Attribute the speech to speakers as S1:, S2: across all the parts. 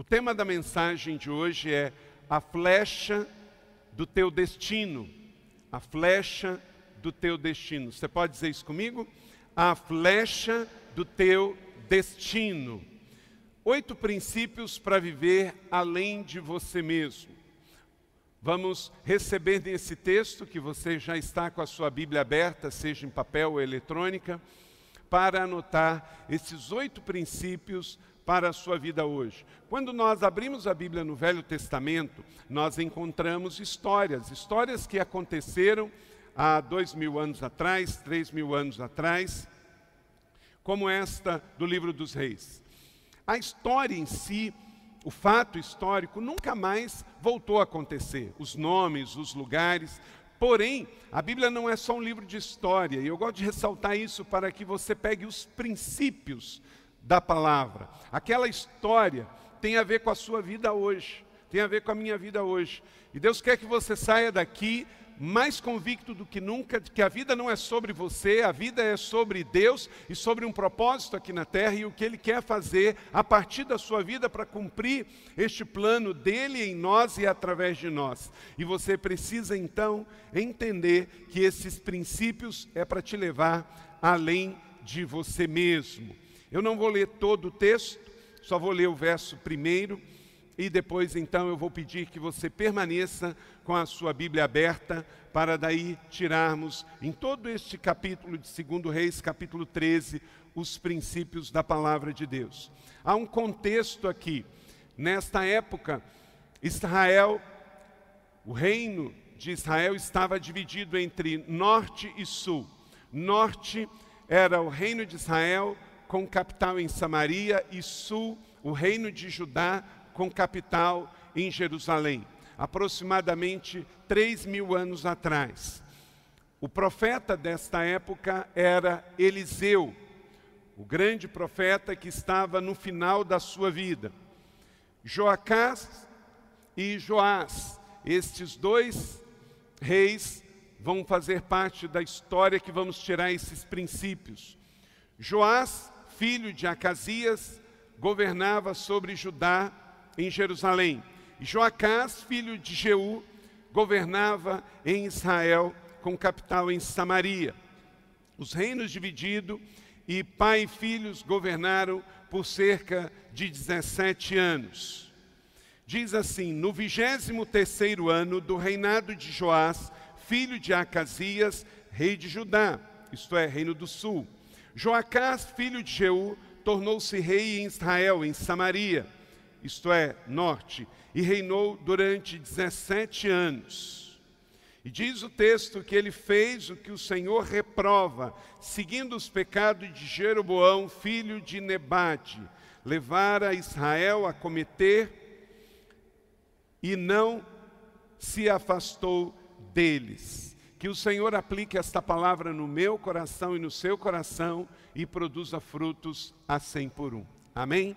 S1: tema da mensagem de hoje é a flecha do teu destino. A flecha do teu destino. Você pode dizer isso comigo? A flecha do teu destino. 8 princípios para viver além de você mesmo. Vamos receber nesse texto, que você já está com a sua Bíblia aberta, seja em papel ou eletrônica, para anotar esses 8 princípios para a sua vida hoje. Quando nós abrimos a Bíblia no Velho Testamento, nós encontramos histórias que aconteceram há 2.000 anos atrás, 3.000 anos atrás, como esta do livro dos Reis. A história em si, o fato histórico, nunca mais voltou a acontecer. Os nomes, os lugares. Porém, a Bíblia não é só um livro de história. E eu gosto de ressaltar isso para que você pegue os princípios da palavra. Aquela história tem a ver com a sua vida hoje. Tem a ver com a minha vida hoje. E Deus quer que você saia daqui mais convicto do que nunca, de que a vida não é sobre você, a vida é sobre Deus e sobre um propósito aqui na terra e o que Ele quer fazer a partir da sua vida para cumprir este plano dEle em nós e através de nós. E você precisa então entender que esses princípios é para te levar além de você mesmo. Eu não vou ler todo o texto, só vou ler o verso primeiro. E depois, então, eu vou pedir que você permaneça com a sua Bíblia aberta, para daí tirarmos, em todo este capítulo de 2 Reis, capítulo 13, os princípios da palavra de Deus. Há um contexto aqui. Nesta época, Israel, o reino de Israel estava dividido entre norte e sul. Norte era o reino de Israel, com capital em Samaria, e sul, o reino de Judá, com capital em Jerusalém, aproximadamente 3.000 anos atrás. O profeta desta época era Eliseu, o grande profeta que estava no final da sua vida. Joacás e Joás, estes 2 reis vão fazer parte da história que vamos tirar esses princípios. Joás, filho de Acasias, governava sobre Judá em Jerusalém. E Joacás, filho de Jeú, governava em Israel, com capital em Samaria. Os reinos divididos, e pai e filhos governaram por cerca de 17 anos. Diz assim: no 23º ano do reinado de Joás, filho de Acasias, rei de Judá, isto é, reino do sul, Joacás, filho de Jeú, tornou-se rei em Israel, em Samaria, isto é, norte, e reinou durante 17 anos. E diz o texto que ele fez o que o Senhor reprova, seguindo os pecados de Jeroboão, filho de Nebate, levara Israel a cometer e não se afastou deles. Que o Senhor aplique esta palavra no meu coração e no seu coração e produza frutos a 100 por 1. Amém?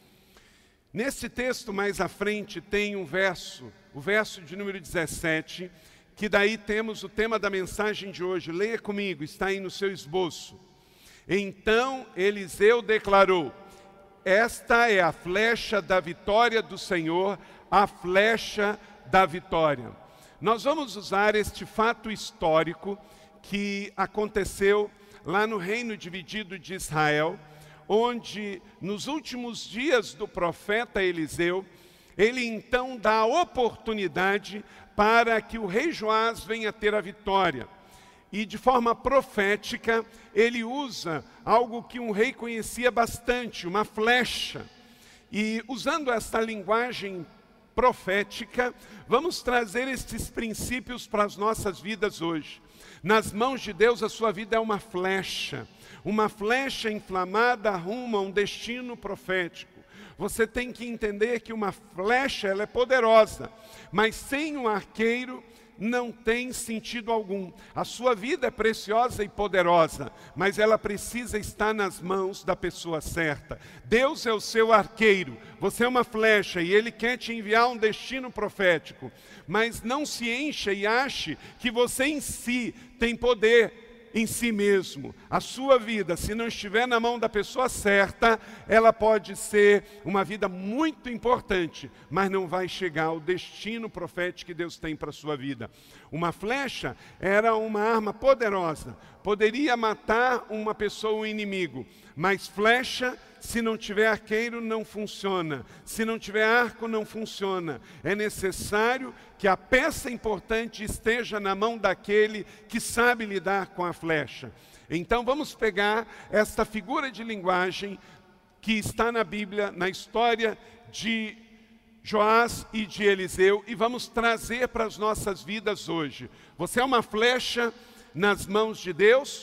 S1: Nesse texto mais à frente tem um verso, o verso de número 17, que daí temos o tema da mensagem de hoje. Leia comigo, está aí no seu esboço. Então Eliseu declarou: esta é a flecha da vitória do Senhor, a flecha da vitória. Nós vamos usar este fato histórico que aconteceu lá no reino dividido de Israel, onde nos últimos dias do profeta Eliseu, ele então dá a oportunidade para que o rei Joás venha ter a vitória. E de forma profética, ele usa algo que um rei conhecia bastante, uma flecha. E usando esta linguagem profética, vamos trazer estes princípios para as nossas vidas hoje. Nas mãos de Deus, a sua vida é uma flecha inflamada rumo a um destino profético. Você tem que entender que uma flecha, ela é poderosa, mas sem um arqueiro não tem sentido algum. A sua vida é preciosa e poderosa, mas ela precisa estar nas mãos da pessoa certa. Deus é o seu arqueiro, você é uma flecha e Ele quer te enviar um destino profético. Mas não se encha e ache que você em si tem poder em si mesmo. A sua vida, se não estiver na mão da pessoa certa, ela pode ser uma vida muito importante, mas não vai chegar ao destino profético que Deus tem para a sua vida. Uma flecha era uma arma poderosa, poderia matar uma pessoa, um inimigo, mas flecha, se não tiver arqueiro, não funciona. Se não tiver arco, não funciona. É necessário que a peça importante esteja na mão daquele que sabe lidar com a flecha. Então vamos pegar esta figura de linguagem que está na Bíblia, na história de Joás e de Eliseu, e vamos trazer para as nossas vidas hoje. Você é uma flecha nas mãos de Deus,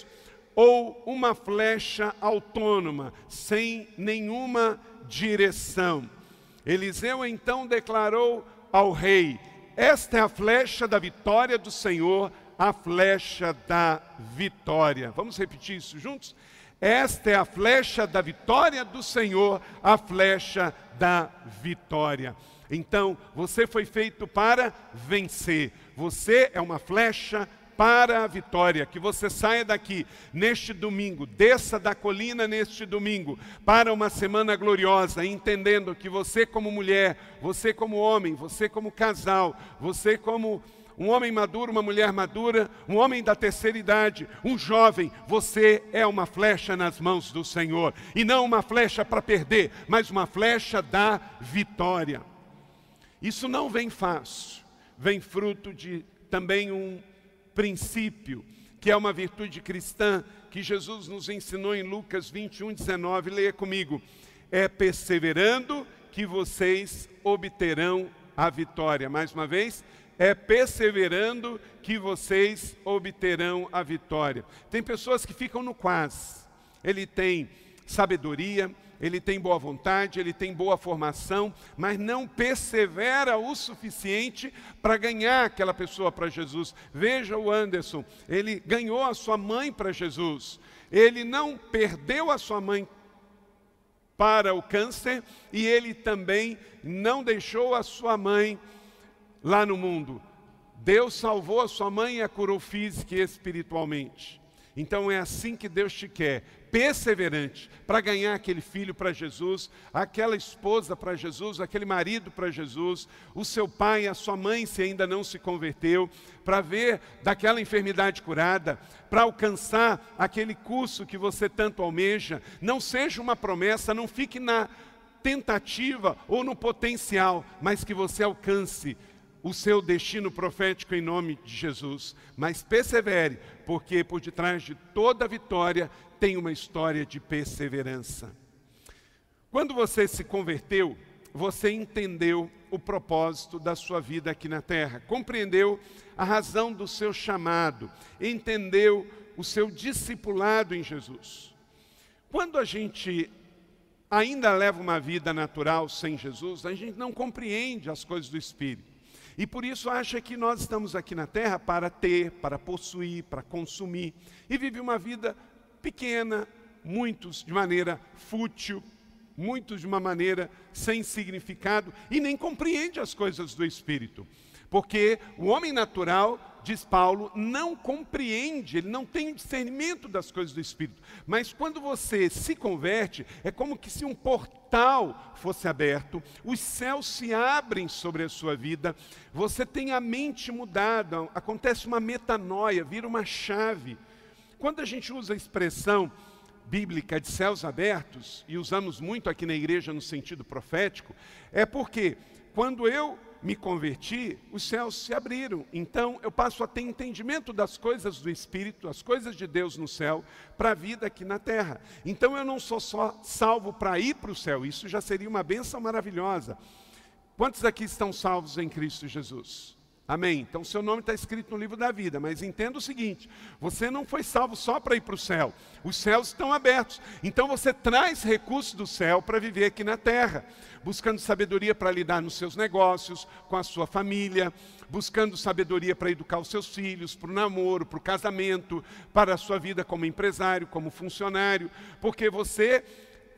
S1: ou uma flecha autônoma, sem nenhuma direção? Eliseu então declarou ao rei: esta é a flecha da vitória do Senhor, a flecha da vitória. Vamos repetir isso juntos? Esta é a flecha da vitória do Senhor, a flecha da vitória. Então, você foi feito para vencer. Você é uma flecha para a vitória. Que você saia daqui neste domingo, desça da colina neste domingo, para uma semana gloriosa, entendendo que você como mulher, você como homem, você como casal, você como um homem maduro, uma mulher madura, um homem da terceira idade, um jovem, você é uma flecha nas mãos do Senhor. E não uma flecha para perder, mas uma flecha da vitória. Isso não vem fácil, vem fruto de também um princípio, que é uma virtude cristã, que Jesus nos ensinou em Lucas 21:19, leia comigo: é perseverando que vocês obterão a vitória. Mais uma vez, é perseverando que vocês obterão a vitória. Tem pessoas que ficam no quase. Ele tem sabedoria, ele tem boa vontade, ele tem boa formação, mas não persevera o suficiente para ganhar aquela pessoa para Jesus. Veja o Anderson, ele ganhou a sua mãe para Jesus. Ele não perdeu a sua mãe para o câncer e ele também não deixou a sua mãe lá no mundo. Deus salvou a sua mãe e a curou física e espiritualmente. Então é assim que Deus te quer, perseverante, para ganhar aquele filho para Jesus, aquela esposa para Jesus, aquele marido para Jesus, o seu pai, a sua mãe, se ainda não se converteu, para ver daquela enfermidade curada, para alcançar aquele curso que você tanto almeja. Não seja uma promessa, não fique na tentativa ou no potencial, mas que você alcance o seu destino profético em nome de Jesus. Mas persevere, porque por detrás de toda vitória tem uma história de perseverança. Quando você se converteu, você entendeu o propósito da sua vida aqui na terra, compreendeu a razão do seu chamado, entendeu o seu discipulado em Jesus. Quando a gente ainda leva uma vida natural sem Jesus, a gente não compreende as coisas do Espírito. E por isso acha que nós estamos aqui na terra para ter, para possuir, para consumir. E vive uma vida pequena, muitos de maneira fútil, muitos de uma maneira sem significado, e nem compreende as coisas do Espírito. Porque o homem natural, diz Paulo, não compreende, ele não tem discernimento das coisas do Espírito. Mas quando você se converte, é como que se um portal fosse aberto, os céus se abrem sobre a sua vida, você tem a mente mudada, acontece uma metanoia, vira uma chave. Quando a gente usa a expressão bíblica de céus abertos, e usamos muito aqui na igreja no sentido profético, é porque quando eu me converti, os céus se abriram. Então eu passo a ter entendimento das coisas do Espírito, as coisas de Deus no céu, para a vida aqui na terra. Então eu não sou só salvo para ir para o céu, isso já seria uma bênção maravilhosa. Quantos aqui estão salvos em Cristo Jesus? Amém? Então seu nome está escrito no livro da vida, mas entenda o seguinte: você não foi salvo só para ir para o céu, os céus estão abertos, então você traz recursos do céu para viver aqui na terra, buscando sabedoria para lidar nos seus negócios, com a sua família, buscando sabedoria para educar os seus filhos, para o namoro, para o casamento, para a sua vida como empresário, como funcionário, porque você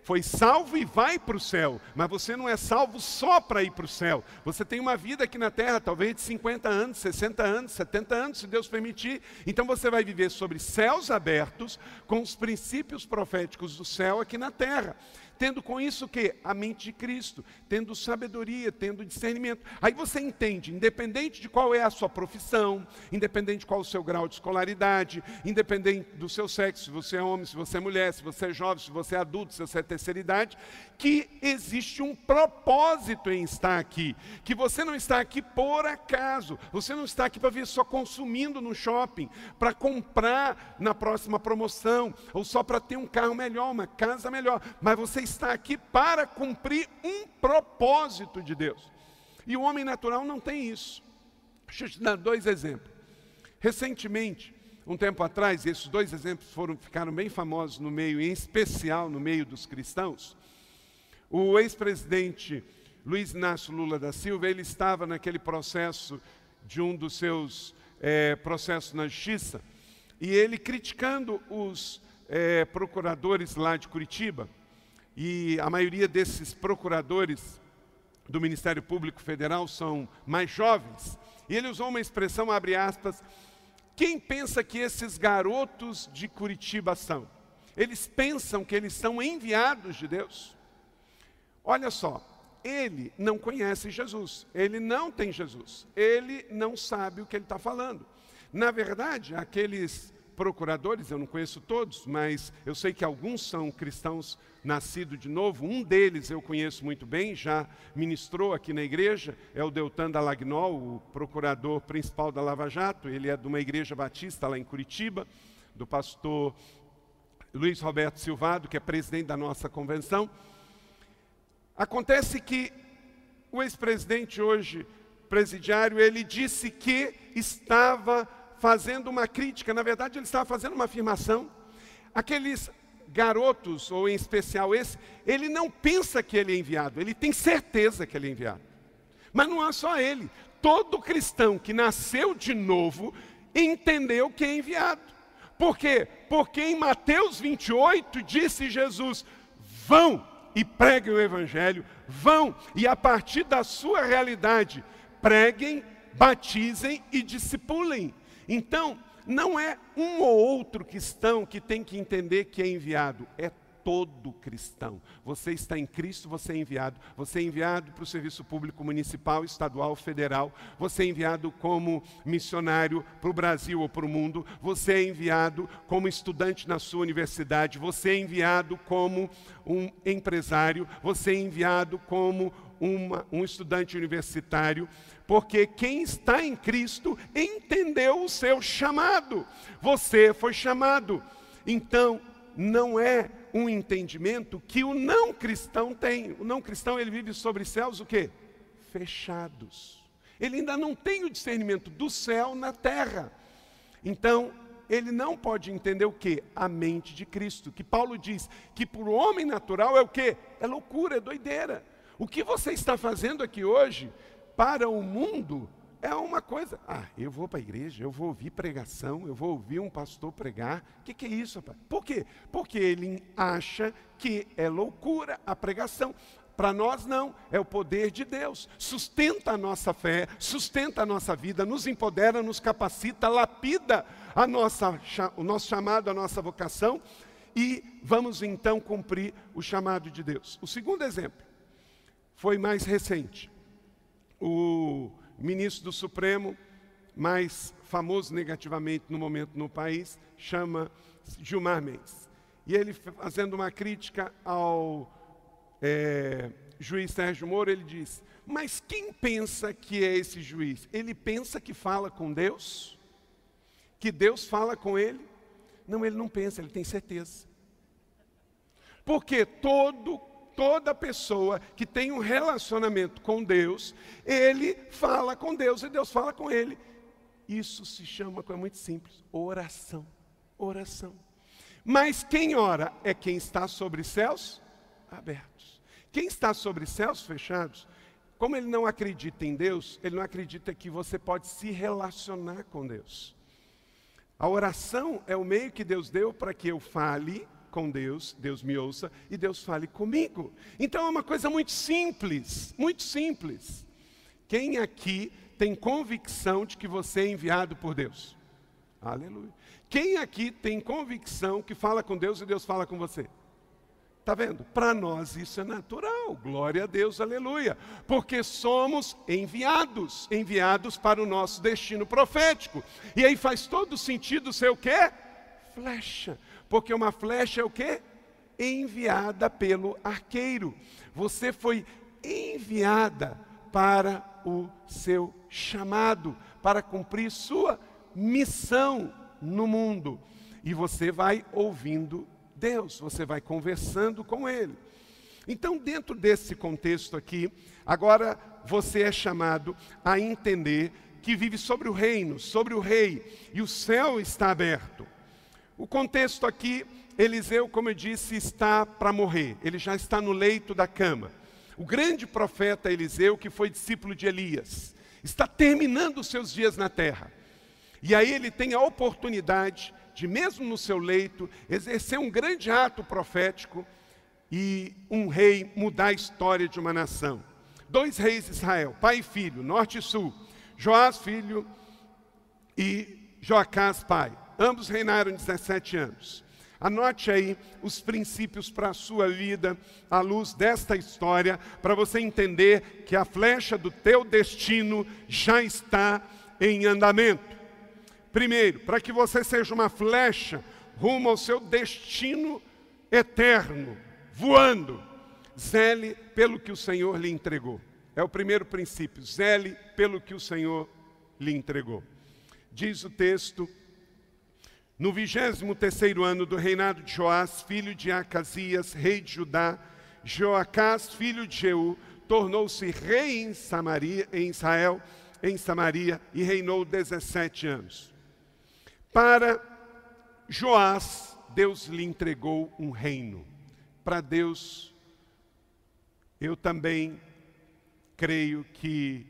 S1: foi salvo e vai para o céu, mas você não é salvo só para ir para o céu. Você tem uma vida aqui na terra, talvez de 50 anos, 60 anos, 70 anos, se Deus permitir. Então você vai viver sobre céus abertos, com os princípios proféticos do céu aqui na terra. Tendo com isso o quê? A mente de Cristo, tendo sabedoria, tendo discernimento. Aí você entende, independente de qual é a sua profissão, independente de qual é o seu grau de escolaridade, independente do seu sexo, se você é homem, se você é mulher, se você é jovem, se você é adulto, se você é terceira idade, que existe um propósito em estar aqui, que você não está aqui por acaso, você não está aqui para vir só consumindo no shopping, para comprar na próxima promoção, ou só para ter um carro melhor, uma casa melhor, mas você está aqui para cumprir um propósito de Deus. E o homem natural não tem isso. Deixa eu te dar 2 exemplos. Recentemente, um tempo atrás, esses 2 exemplos ficaram bem famosos no meio, em especial no meio dos cristãos. O ex-presidente Luiz Inácio Lula da Silva, ele estava naquele processo de um dos seus processos na justiça, e ele criticando os procuradores lá de Curitiba. E a maioria desses procuradores do Ministério Público Federal são mais jovens. E ele usou uma expressão, abre aspas, quem pensa que esses garotos de Curitiba são? Eles pensam que eles são enviados de Deus? Olha só, ele não conhece Jesus, ele não tem Jesus, ele não sabe o que ele está falando. Na verdade, aqueles procuradores, eu não conheço todos, mas eu sei que alguns são cristãos nascidos de novo. Um deles eu conheço muito bem, já ministrou aqui na igreja, é o Deltan Dallagnol, o procurador principal da Lava Jato. Ele é de uma igreja batista lá em Curitiba, do pastor Luiz Roberto Silvado, que é presidente da nossa convenção. Acontece que o ex-presidente hoje, presidiário, ele disse que estava fazendo uma crítica, na verdade ele estava fazendo uma afirmação. Aqueles garotos, ou em especial esse, ele não pensa que ele é enviado, ele tem certeza que ele é enviado. Mas não é só ele, todo cristão que nasceu de novo entendeu que é enviado. Por quê? Porque em Mateus 28 disse Jesus, vão e preguem o evangelho, vão e a partir da sua realidade, preguem, batizem e discipulem. Então, não é um ou outro cristão que tem que entender que é enviado, é todo cristão. Você está em Cristo, você é enviado. Você é enviado para o serviço público municipal, estadual, federal. Você é enviado como missionário para o Brasil ou para o mundo. Você é enviado como estudante na sua universidade. Você é enviado como um empresário. Você é enviado como um estudante universitário, porque quem está em Cristo entendeu o seu chamado. Você foi chamado. Então, não é um entendimento que o não cristão tem. O não cristão, ele vive sobre céus o quê? Fechados. Ele ainda não tem o discernimento do céu na terra. Então, ele não pode entender o quê? A mente de Cristo. Que Paulo diz que para o homem natural é o quê? É loucura, é doideira. O que você está fazendo aqui hoje, para o mundo, é uma coisa. Eu vou para a igreja, eu vou ouvir pregação, eu vou ouvir um pastor pregar. O que é isso, rapaz? Por quê? Porque ele acha que é loucura a pregação. Para nós não, é o poder de Deus. Sustenta a nossa fé, sustenta a nossa vida, nos empodera, nos capacita, lapida o nosso chamado, a nossa vocação. E vamos então cumprir o chamado de Deus. O segundo exemplo foi mais recente. O ministro do Supremo, mais famoso negativamente no momento no país, chama Gilmar Mendes. E ele, fazendo uma crítica ao juiz Sérgio Moro, ele diz, mas quem pensa que é esse juiz? Ele pensa que fala com Deus? Que Deus fala com ele? Não, ele não pensa, ele tem certeza. Porque toda pessoa que tem um relacionamento com Deus, ele fala com Deus e Deus fala com ele. Isso se chama, coisa muito simples, oração. Oração. Mas quem ora é quem está sobre céus abertos. Quem está sobre céus fechados, como ele não acredita em Deus, ele não acredita que você pode se relacionar com Deus. A oração é o meio que Deus deu para que eu fale com Deus, Deus me ouça e Deus fale comigo. Então é uma coisa muito simples, muito simples. Quem aqui tem convicção de que você é enviado por Deus? Aleluia. Quem aqui tem convicção que fala com Deus e Deus fala com você? Está vendo? Para nós isso é natural, glória a Deus, aleluia. Porque somos enviados, enviados para o nosso destino profético. E aí faz todo sentido ser o quê? Flecha. Porque uma flecha é o quê? Enviada pelo arqueiro. Você foi enviada para o seu chamado, para cumprir sua missão no mundo. E você vai ouvindo Deus, você vai conversando com Ele. Então, dentro desse contexto aqui, agora você é chamado a entender que vive sobre o reino, sobre o rei, e o céu está aberto. O contexto aqui, Eliseu, como eu disse, está para morrer, ele já está no leito da cama. O grande profeta Eliseu, que foi discípulo de Elias, está terminando os seus dias na terra. E aí ele tem a oportunidade de, mesmo no seu leito, exercer um grande ato profético e um rei mudar a história de uma nação. 2 reis de Israel, pai e filho, norte e sul, Joás filho e Joacás pai. Ambos reinaram 17 anos. Anote aí os princípios para a sua vida, à luz desta história, para você entender que a flecha do teu destino já está em andamento. Primeiro, para que você seja uma flecha rumo ao seu destino eterno, voando, zele pelo que o Senhor lhe entregou. É o primeiro princípio, zele pelo que o Senhor lhe entregou. Diz o texto: no 23º ano do reinado de Joás, filho de Acasias, rei de Judá, Joacás, filho de Jeú, tornou-se rei em Israel, em Samaria, e reinou 17 anos. Para Joás, Deus lhe entregou um reino. Para Deus, eu também creio que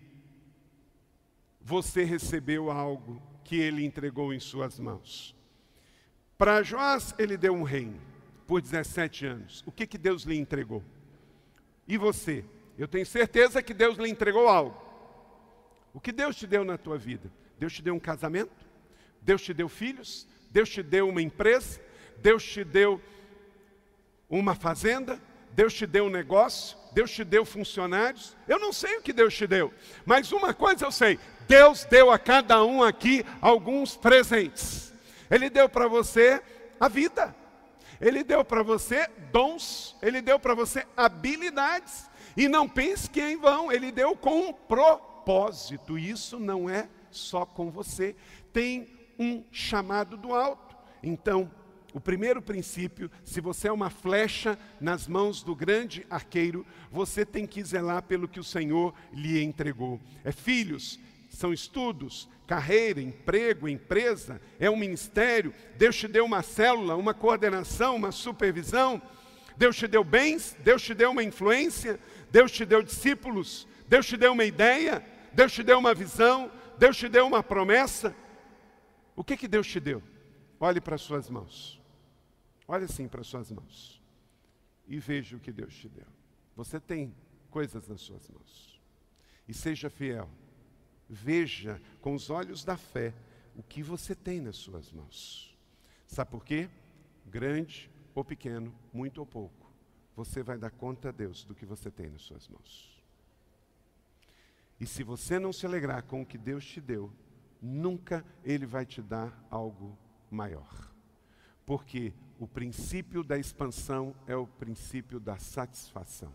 S1: você recebeu algo que Ele entregou em suas mãos. Para Joás, Ele deu um reino por 17 anos. O que Deus lhe entregou? E você? Eu tenho certeza que Deus lhe entregou algo. O que Deus te deu na tua vida? Deus te deu um casamento? Deus te deu filhos? Deus te deu uma empresa? Deus te deu uma fazenda? Deus te deu um negócio? Deus te deu funcionários? Eu não sei o que Deus te deu, mas uma coisa eu sei: Deus deu a cada um aqui alguns presentes. Ele deu para você a vida, Ele deu para você dons, Ele deu para você habilidades. E não pense que é em vão, Ele deu com um propósito. E isso não é só com você, tem um chamado do alto. Então, o primeiro princípio: se você é uma flecha nas mãos do grande arqueiro, você tem que zelar pelo que o Senhor lhe entregou. É filhos, são estudos, carreira, emprego, empresa, é um ministério. Deus te deu uma célula, uma coordenação, uma supervisão. Deus te deu bens, Deus te deu uma influência, Deus te deu discípulos, Deus te deu uma ideia, Deus te deu uma visão, Deus te deu uma promessa. O que Deus te deu? Olhe para as suas mãos. Olhe assim para as suas mãos e veja o que Deus te deu. Você tem coisas nas suas mãos. E seja fiel. Veja com os olhos da fé o que você tem nas suas mãos. Sabe por quê? Grande ou pequeno, muito ou pouco, você vai dar conta a Deus do que você tem nas suas mãos. E se você não se alegrar com o que Deus te deu, nunca Ele vai te dar algo maior. Porque o princípio da expansão é o princípio da satisfação.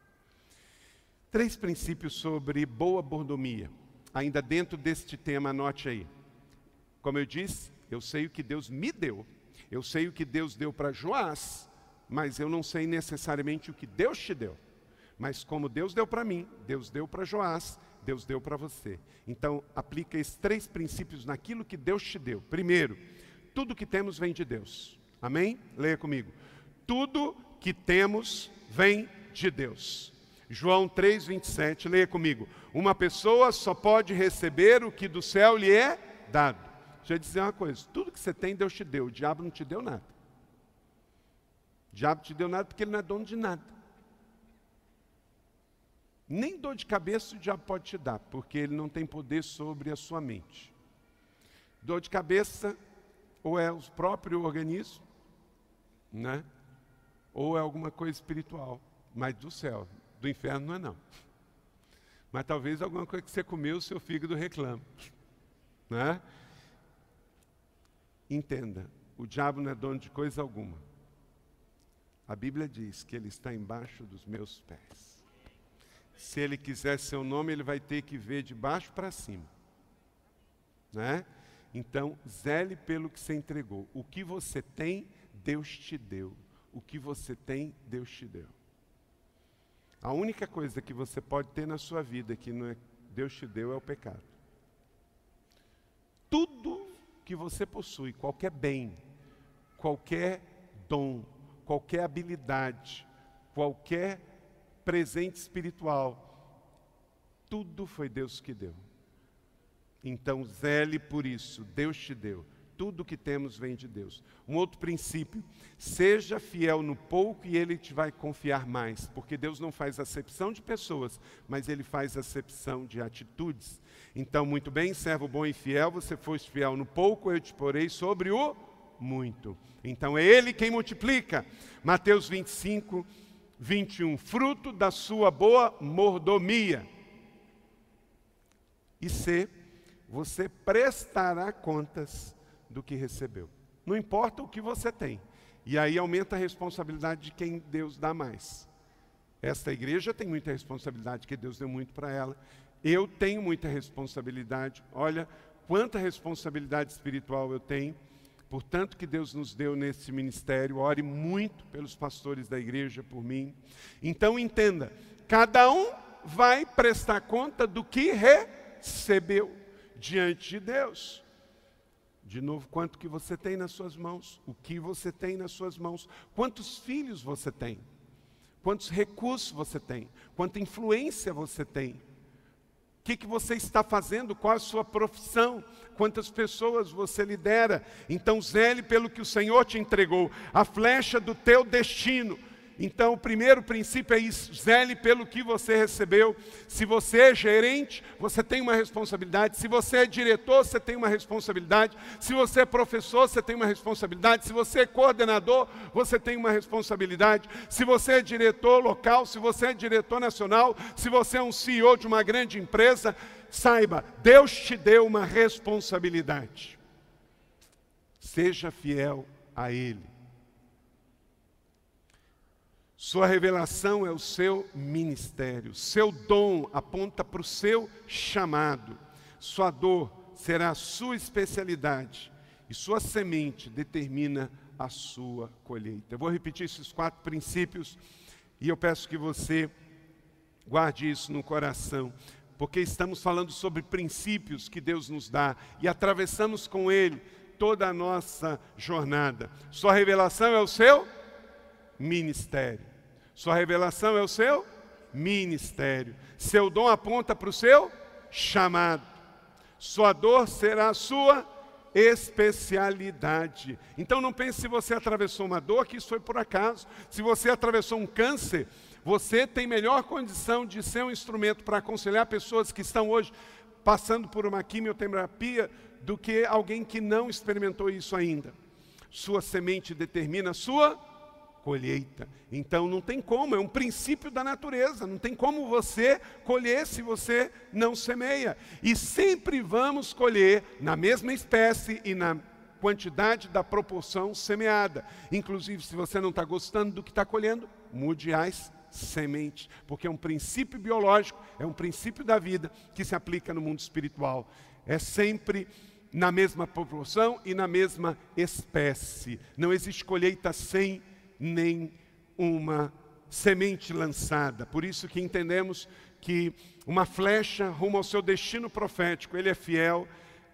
S1: 3 princípios sobre boa mordomia. Ainda dentro deste tema, anote aí. Como eu disse, eu sei o que Deus me deu. Eu sei o que Deus deu para Joás, mas eu não sei necessariamente o que Deus te deu. Mas como Deus deu para mim, Deus deu para Joás, Deus deu para você. Então, aplica esses 3 princípios naquilo que Deus te deu. Primeiro, tudo que temos vem de Deus. Amém? Leia comigo. Tudo que temos vem de Deus. João 3:27, leia comigo. Uma pessoa só pode receber o que do céu lhe é dado. Deixa eu dizer uma coisa: tudo que você tem, Deus te deu. O diabo não te deu nada. O diabo te deu nada porque ele não é dono de nada. Nem dor de cabeça o diabo pode te dar, porque ele não tem poder sobre a sua mente. Dor de cabeça ou é o próprio organismo, né? Ou é alguma coisa espiritual, mas do céu, do inferno não é não. Mas talvez alguma coisa que você comeu, o seu fígado reclama, né? Entenda, o diabo não é dono de coisa alguma. A Bíblia diz que ele está embaixo dos meus pés. Se ele quiser seu nome, ele vai ter que ver de baixo para cima, né? Então, zele pelo que você entregou. O que você tem, Deus te deu. O que você tem, Deus te deu. A única coisa que você pode ter na sua vida que não é Deus te deu é o pecado. Tudo que você possui, qualquer bem, qualquer dom, qualquer habilidade, qualquer presente espiritual, tudo foi Deus que deu. Então, zele por isso, Deus te deu. Tudo que temos vem de Deus. Um outro princípio, seja fiel no pouco e Ele te vai confiar mais, porque Deus não faz acepção de pessoas, mas Ele faz acepção de atitudes. Então, muito bem, servo bom e fiel, você foste fiel no pouco, eu te porei sobre o muito. Então, é Ele quem multiplica. Mateus 25, 21, fruto da sua boa mordomia. E você prestará contas do que recebeu. Não importa o que você tem. E aí aumenta a responsabilidade de quem Deus dá mais. Esta igreja tem muita responsabilidade, que Deus deu muito para ela. Eu tenho muita responsabilidade. Olha quanta responsabilidade espiritual eu tenho. Portanto que Deus nos deu nesse ministério. Ore muito pelos pastores da igreja, por mim. Então entenda, cada um vai prestar conta do que recebeu diante de Deus. De novo, quanto que você tem nas suas mãos? O que você tem nas suas mãos? Quantos filhos você tem? Quantos recursos você tem? Quanta influência você tem? O que você está fazendo? Qual a sua profissão? Quantas pessoas você lidera? Então zele pelo que o Senhor te entregou, a flecha do teu destino. Então, o primeiro princípio é isso, zele pelo que você recebeu. Se você é gerente, você tem uma responsabilidade. Se você é diretor, você tem uma responsabilidade. Se você é professor, você tem uma responsabilidade. Se você é coordenador, você tem uma responsabilidade. Se você é diretor local, se você é diretor nacional, se você é um CEO de uma grande empresa, saiba, Deus te deu uma responsabilidade. Seja fiel a Ele. Sua revelação é o seu ministério. Seu dom aponta para o seu chamado. Sua dor será a sua especialidade. E sua semente determina a sua colheita. Eu vou repetir esses 4 princípios e eu peço que você guarde isso no coração. Porque estamos falando sobre princípios que Deus nos dá e atravessamos com Ele toda a nossa jornada. Sua revelação é o seu ministério. Sua revelação é o seu ministério. Seu dom aponta para o seu chamado. Sua dor será a sua especialidade. Então não pense se você atravessou uma dor, que isso foi por acaso. Se você atravessou um câncer, você tem melhor condição de ser um instrumento para aconselhar pessoas que estão hoje passando por uma quimioterapia do que alguém que não experimentou isso ainda. Sua semente determina a sua colheita. Então não tem como, é um princípio da natureza, não tem como você colher se você não semeia. E sempre vamos colher na mesma espécie e na quantidade da proporção semeada. Inclusive, se você não está gostando do que está colhendo, mude as sementes, porque é um princípio biológico, é um princípio da vida que se aplica no mundo espiritual. É sempre na mesma proporção e na mesma espécie. Não existe colheita sem nem uma semente lançada. Por isso que entendemos que uma flecha rumo ao seu destino profético, ele é fiel,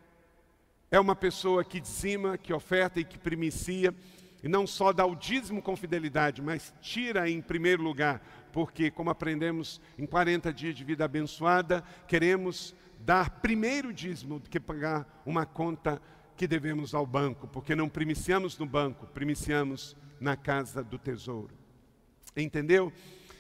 S1: é uma pessoa que dizima, que oferta e que primicia, e não só dá o dízimo com fidelidade, mas tira em primeiro lugar, porque como aprendemos em 40 dias de vida abençoada, queremos dar primeiro dízimo do que pagar uma conta que devemos ao banco, porque não primiciamos no banco, primiciamos na casa do tesouro. Entendeu?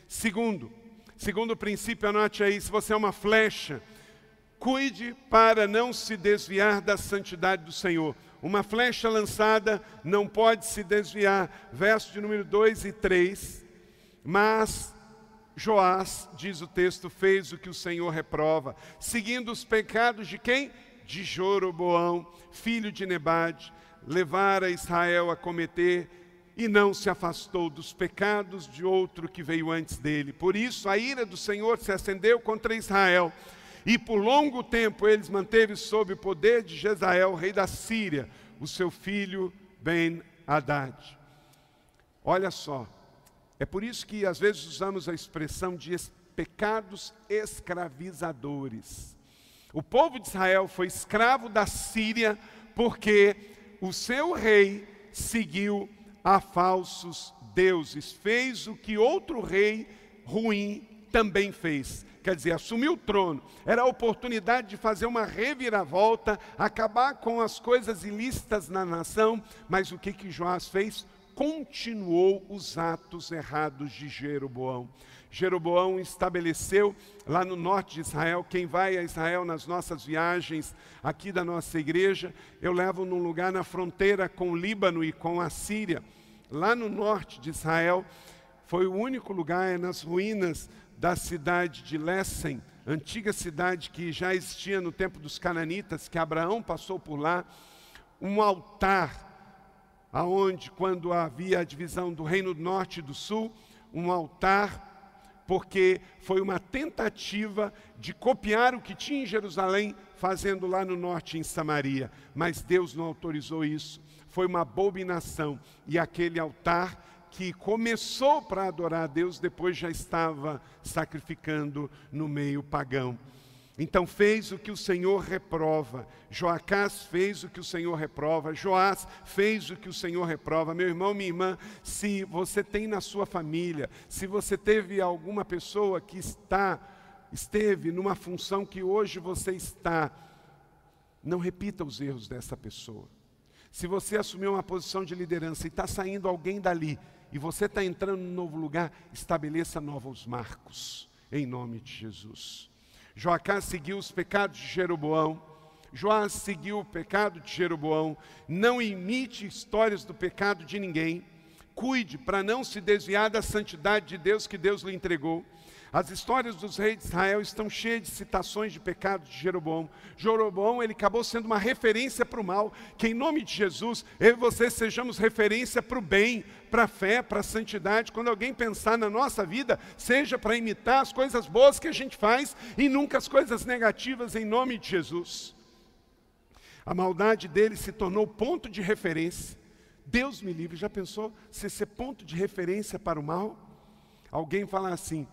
S1: Segundo princípio, anote aí, se você é uma flecha, cuide para não se desviar da santidade do Senhor. Uma flecha lançada não pode se desviar. Verso de número 2 e 3. Mas Joás, diz o texto, fez o que o Senhor reprova, seguindo os pecados de quem? De Jeroboão, filho de Nebade, levara Israel a cometer, e não se afastou dos pecados de outro que veio antes dele. Por isso a ira do Senhor se acendeu contra Israel, e por longo tempo eles manteve sob o poder de Jezael, rei da Síria, o seu filho Ben-Hadad. Olha só, é por isso que às vezes usamos a expressão de pecados escravizadores. O povo de Israel foi escravo da Síria porque o seu rei seguiu a falsos deuses, fez o que outro rei ruim também fez. Quer dizer, assumiu o trono. Era a oportunidade de fazer uma reviravolta, acabar com as coisas ilícitas na nação. Mas o que Joás fez? Continuou os atos errados de Jeroboão. Jeroboão estabeleceu lá no norte de Israel. Quem vai a Israel nas nossas viagens aqui da nossa igreja, eu levo num lugar na fronteira com o Líbano e com a Síria. Lá no norte de Israel, foi o único lugar, nas ruínas da cidade de Lessem, antiga cidade que já existia no tempo dos cananitas, que Abraão passou por lá, um altar, aonde quando havia a divisão do reino do norte e do sul, um altar, porque foi uma tentativa de copiar o que tinha em Jerusalém, fazendo lá no norte em Samaria, mas Deus não autorizou isso, foi uma abominação, e aquele altar que começou para adorar a Deus, depois já estava sacrificando no meio pagão. Então fez o que o Senhor reprova. Joacás fez o que o Senhor reprova. Joás fez o que o Senhor reprova. Meu irmão, minha irmã, se você tem na sua família, se você teve alguma pessoa que esteve numa função que hoje você está, não repita os erros dessa pessoa. Se você assumiu uma posição de liderança e está saindo alguém dali, e você está entrando num novo lugar, estabeleça novos marcos, em nome de Jesus. Joacás seguiu os pecados de Jeroboão, Joás seguiu o pecado de Jeroboão. Não imite histórias do pecado de ninguém, cuide para não se desviar da santidade de Deus que Deus lhe entregou. As histórias dos reis de Israel estão cheias de citações de pecados de Jeroboão. Jeroboão, ele acabou sendo uma referência para o mal. Que em nome de Jesus, eu e você sejamos referência para o bem, para a fé, para a santidade. Quando alguém pensar na nossa vida, seja para imitar as coisas boas que a gente faz e nunca as coisas negativas, em nome de Jesus. A maldade dele se tornou ponto de referência. Deus me livre, já pensou se ser ponto de referência para o mal? Alguém fala assim,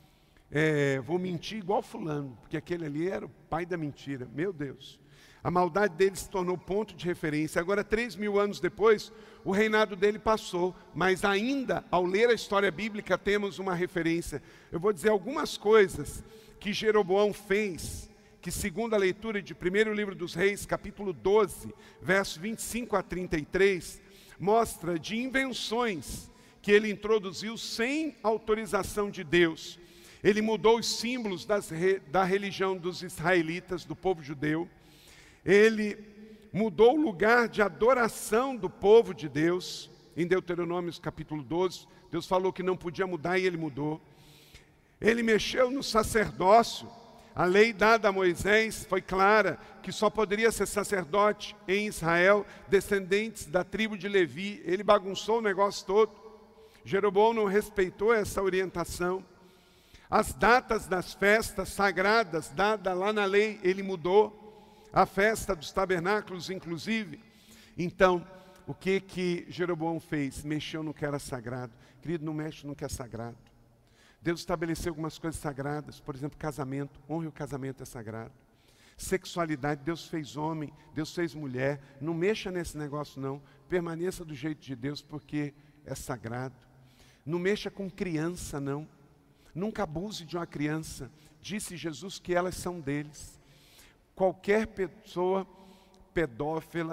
S1: vou mentir igual fulano, porque aquele ali era o pai da mentira. Meu Deus, a maldade dele se tornou ponto de referência. Agora 3.000 anos depois, o reinado dele passou, mas ainda ao ler a história bíblica temos uma referência. Eu vou dizer algumas coisas que Jeroboão fez, que segundo a leitura de 1º livro dos Reis, capítulo 12, versos 25 a 33, mostra de invenções que ele introduziu sem autorização de Deus. Ele mudou os símbolos da religião dos israelitas, do povo judeu. Ele mudou o lugar de adoração do povo de Deus. Em Deuteronômio capítulo 12, Deus falou que não podia mudar e ele mudou. Ele mexeu no sacerdócio. A lei dada a Moisés foi clara, que só poderia ser sacerdote em Israel, descendentes da tribo de Levi. Ele bagunçou o negócio todo. Jeroboão não respeitou essa orientação. As datas das festas sagradas, dadas lá na lei, ele mudou. A festa dos tabernáculos, inclusive. Então, o que Jeroboão fez? Mexeu no que era sagrado. Querido, não mexe no que é sagrado. Deus estabeleceu algumas coisas sagradas, por exemplo, casamento. Honre o casamento, é sagrado. Sexualidade, Deus fez homem, Deus fez mulher. Não mexa nesse negócio não. Permaneça do jeito de Deus, porque é sagrado. Não mexa com criança não. Nunca abuse de uma criança. Disse Jesus que elas são deles. Qualquer pessoa pedófila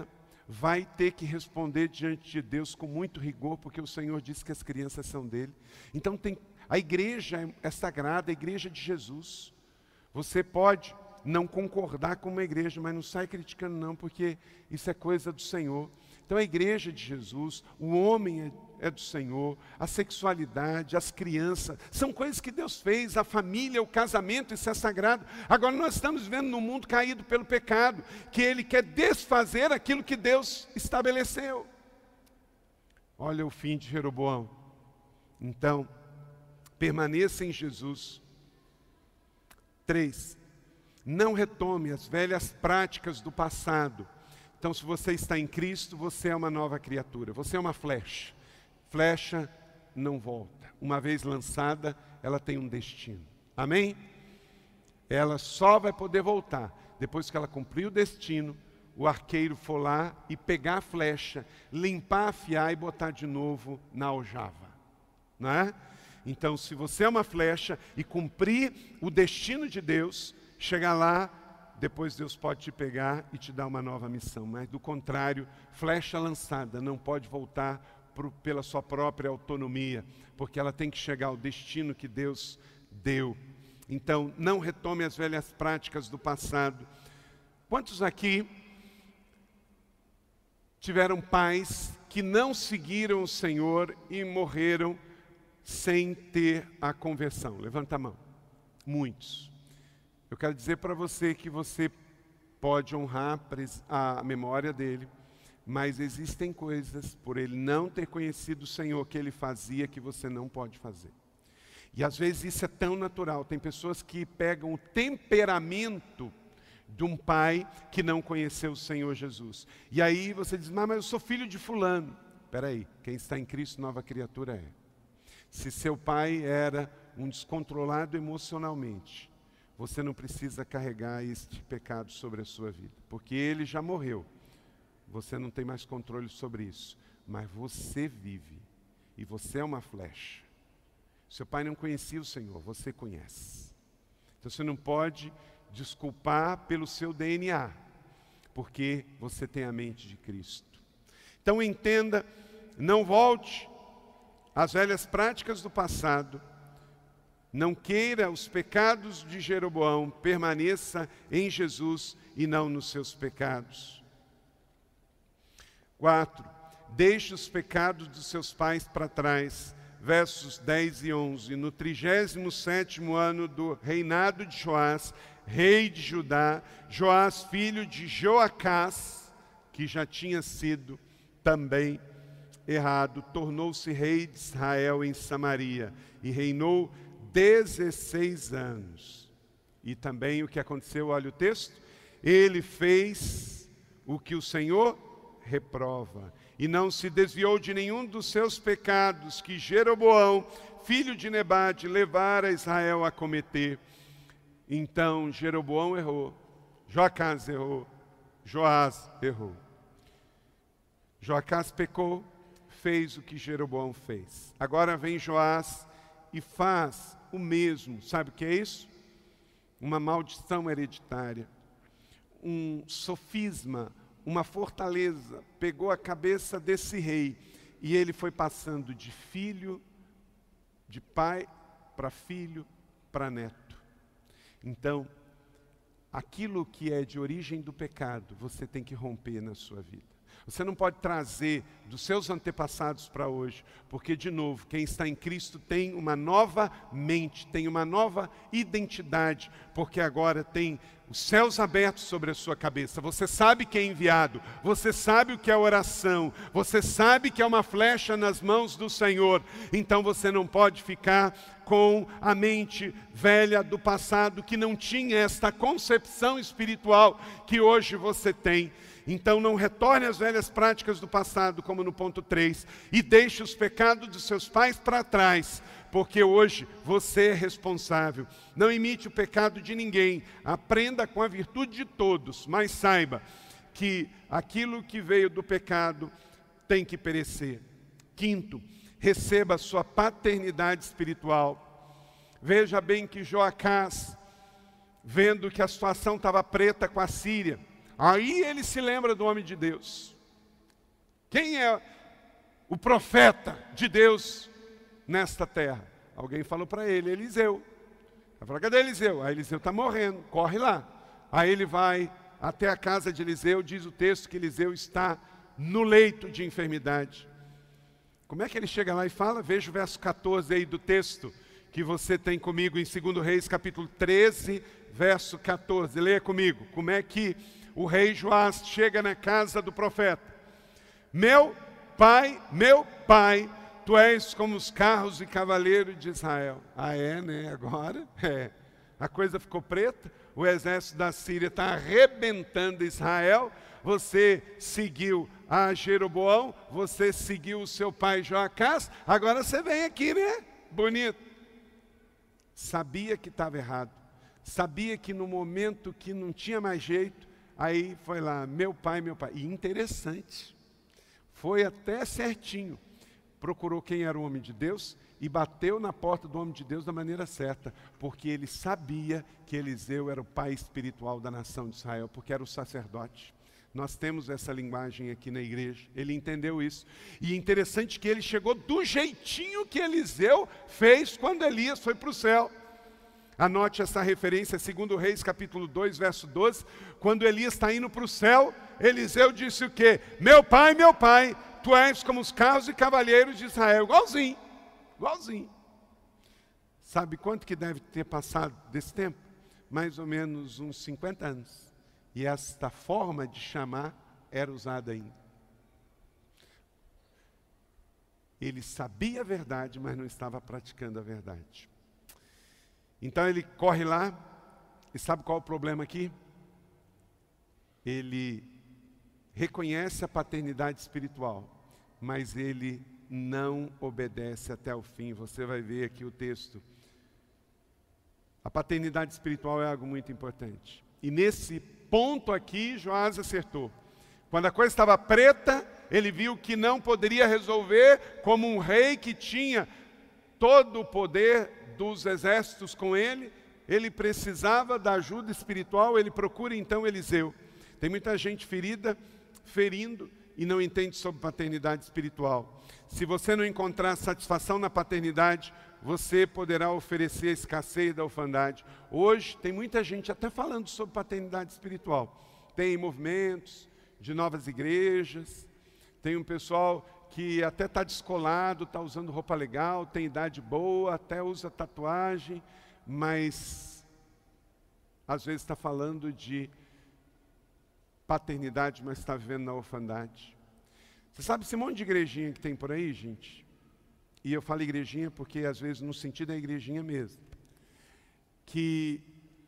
S1: vai ter que responder diante de Deus com muito rigor, porque o Senhor disse que as crianças são dele. Então a igreja é sagrada, a igreja de Jesus. Você pode não concordar com uma igreja, mas não sai criticando não, porque isso é coisa do Senhor. Então a igreja de Jesus, o homem é do Senhor, a sexualidade, as crianças, são coisas que Deus fez, a família, o casamento, isso é sagrado. Agora nós estamos vivendo num mundo caído pelo pecado, que ele quer desfazer aquilo que Deus estabeleceu. Olha o fim de Jeroboão. Então, permaneça em Jesus. 3. Não retome as velhas práticas do passado. Então, se você está em Cristo, você é uma nova criatura. Você é uma flecha. Flecha não volta. Uma vez lançada, ela tem um destino. Amém? Ela só vai poder voltar depois que ela cumprir o destino, o arqueiro for lá e pegar a flecha, limpar, afiar e botar de novo na aljava. Não é? Então, se você é uma flecha e cumprir o destino de Deus, chegar lá, depois Deus pode te pegar e te dar uma nova missão. Mas do contrário, flecha lançada não pode voltar pela sua própria autonomia, porque ela tem que chegar ao destino que Deus deu. Então, não retome as velhas práticas do passado. Quantos aqui tiveram pais que não seguiram o Senhor e morreram sem ter a conversão? Levanta a mão. Muitos. Eu quero dizer para você que você pode honrar a memória dele, mas existem coisas, por ele não ter conhecido o Senhor, que ele fazia que você não pode fazer. E às vezes isso é tão natural. Tem pessoas que pegam o temperamento de um pai que não conheceu o Senhor Jesus. E aí você diz, mas eu sou filho de fulano. Espera aí, quem está em Cristo, nova criatura é. Se seu pai era um descontrolado emocionalmente, você não precisa carregar este pecado sobre a sua vida, porque ele já morreu. Você não tem mais controle sobre isso, mas você vive, e você é uma flecha. Seu pai não conhecia o Senhor, você conhece. Então você não pode desculpar pelo seu DNA, porque você tem a mente de Cristo. Então entenda, não volte às velhas práticas do passado. Não queira os pecados de Jeroboão, permaneça em Jesus e não nos seus pecados. 4. Deixe os pecados dos seus pais para trás. Versos 10 e 11. No 37º ano do reinado de Joás, rei de Judá, Joás, filho de Joacás, que já tinha sido também errado, tornou-se rei de Israel em Samaria e reinou 16 anos. E também o que aconteceu, olha o texto, ele fez o que o Senhor reprova, e não se desviou de nenhum dos seus pecados que Jeroboão, filho de Nebate, levara Israel a cometer. Então Jeroboão errou, Joacás errou, Joás errou. Joacás pecou, fez o que Jeroboão fez. Agora vem Joás e faz o mesmo. Sabe o que é isso? Uma maldição hereditária, um sofisma, uma fortaleza, pegou a cabeça desse rei e ele foi passando de filho, de pai para filho, para neto. Então, aquilo que é de origem do pecado, você tem que romper na sua vida. Você não pode trazer dos seus antepassados para hoje, porque, de novo, quem está em Cristo tem uma nova mente, tem uma nova identidade, porque agora tem os céus abertos sobre a sua cabeça. Você sabe que é enviado, você sabe o que é oração, você sabe que é uma flecha nas mãos do Senhor. Então você não pode ficar com a mente velha do passado, que não tinha esta concepção espiritual que hoje você tem. Então não retorne às velhas práticas do passado, como no ponto 3, e deixe os pecados dos seus pais para trás, porque hoje você é responsável. Não imite o pecado de ninguém, aprenda com a virtude de todos, mas saiba que aquilo que veio do pecado tem que perecer. 5, receba a sua paternidade espiritual. Veja bem que Joacás, vendo que a situação estava preta com a Síria, aí ele se lembra do homem de Deus. Quem é o profeta de Deus nesta terra? Alguém falou para ele, Eliseu. Ele falou, cadê Eliseu? Aí Eliseu está morrendo, corre lá. Aí ele vai até a casa de Eliseu, diz o texto que Eliseu está no leito de enfermidade. Como é que ele chega lá e fala? Veja o verso 14 aí do texto que você tem comigo em 2 Reis, capítulo 13, verso 14. Leia comigo. Como é que o rei Joás chega na casa do profeta? Meu pai, tu és como os carros e cavaleiros de Israel. Ah, é, né? Agora, é. A coisa ficou preta, o exército da Síria está arrebentando Israel, você seguiu a Jeroboão, você seguiu o seu pai Joacás, agora você vem aqui, né? Bonito. Sabia que estava errado, sabia que no momento que não tinha mais jeito, aí foi lá, meu pai, e interessante, foi até certinho, procurou quem era o homem de Deus e bateu na porta do homem de Deus da maneira certa, porque ele sabia que Eliseu era o pai espiritual da nação de Israel, porque era o sacerdote. Nós temos essa linguagem aqui na igreja, ele entendeu isso. E interessante que ele chegou do jeitinho que Eliseu fez quando Elias foi para o céu. Anote essa referência, 2 Reis, capítulo 2, verso 12. Quando Elias está indo para o céu, Eliseu disse o quê? Meu pai, tu és como os carros e cavaleiros de Israel. Igualzinho, igualzinho. Sabe quanto que deve ter passado desse tempo? Mais ou menos uns 50 anos. E esta forma de chamar era usada ainda. Ele sabia a verdade, mas não estava praticando a verdade. Então ele corre lá, e sabe qual é o problema aqui? Ele reconhece a paternidade espiritual, mas ele não obedece até o fim. Você vai ver aqui o texto. A paternidade espiritual é algo muito importante. E nesse ponto aqui, Joás acertou. Quando a coisa estava preta, ele viu que não poderia resolver como um rei que tinha todo o poder dos exércitos com ele. Ele precisava da ajuda espiritual, ele procura então Eliseu. Tem muita gente ferida, ferindo, e não entende sobre paternidade espiritual. Se você não encontrar satisfação na paternidade, você poderá oferecer a escassez da orfandade. Hoje tem muita gente até falando sobre paternidade espiritual. Tem movimentos de novas igrejas, tem um pessoal que até está descolado, está usando roupa legal, tem idade boa, até usa tatuagem, mas às vezes está falando de paternidade, mas está vivendo na orfandade. Você sabe esse monte de igrejinha que tem por aí, gente? E eu falo igrejinha porque às vezes no sentido é igrejinha mesmo. Que